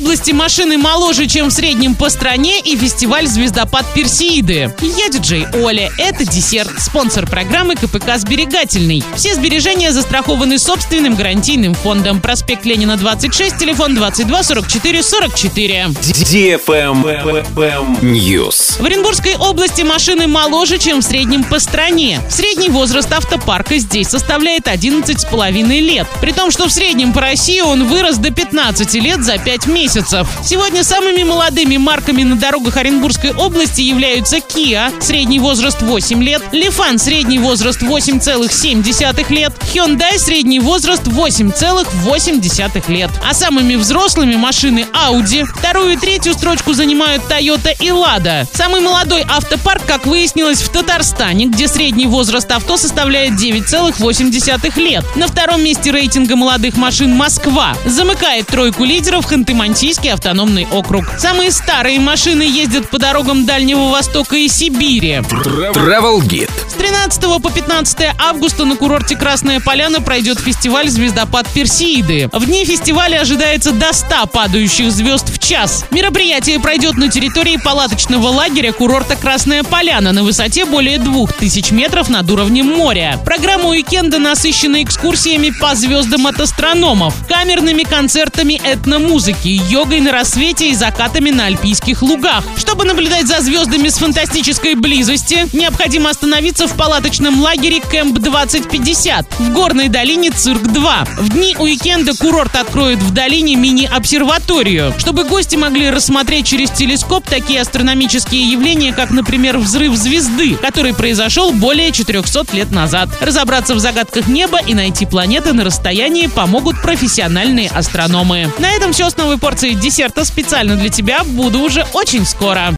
области машины моложе, чем в среднем по стране, и фестиваль «Звездопад Персеиды». Я диджей Оля. Это десерт. Спонсор программы КПК «Сберегательный». Все сбережения застрахованы собственным гарантийным фондом. Проспект Ленина, 26, телефон 22 44 44. News. В Оренбургской области машины моложе, чем в среднем по стране. Средний возраст автопарка здесь составляет 11,5 лет. При том, что в среднем по России он вырос до 15 лет за 5 месяцев. Сегодня самыми молодыми марками на дорогах Оренбургской области являются Kia, средний возраст 8 лет, Lifan, средний возраст 8,7 лет, Hyundai, средний возраст 8,8 лет. А самыми взрослыми машины Audi. Вторую и третью строчку занимают Toyota и Lada. Самый молодой автопарк, как выяснилось, в Татарстане, где средний возраст авто составляет 9,8 лет. На втором месте рейтинга молодых машин Москва. Замыкает тройку лидеров Ханты-Мансийский автономный округ. Самые старые машины ездят по дорогам Дальнего Востока и Сибири. Travel Guide. С 13 по 15 августа на курорте Красная Поляна пройдет фестиваль «Звездопад Персеиды». В дни фестиваля ожидается до 100 падающих звезд в час. Мероприятие пройдет на территории палаточного лагеря курорта Красная Поляна на высоте более 2000 метров над уровнем моря. Программа уикенда насыщена экскурсиями по звездам от астрономов, камерными концертами этномузыки, йогой на рассвете и закатами на альпийских лугах. Чтобы наблюдать за звездами с фантастической близости, необходимо остановиться в палаточном лагере Кэмп 2050 в горной долине Цирк-2. В дни уикенда курорт откроет в долине мини-обсерваторию, чтобы гости могли рассмотреть через телескоп такие астрономические явления, как, например, взрыв звезды, который произошел более 400 лет назад. Разобраться в загадках неба и найти планеты на расстоянии помогут профессиональные астрономы. На этом все с новой порцией десерта специально для тебя. Буду уже очень скоро.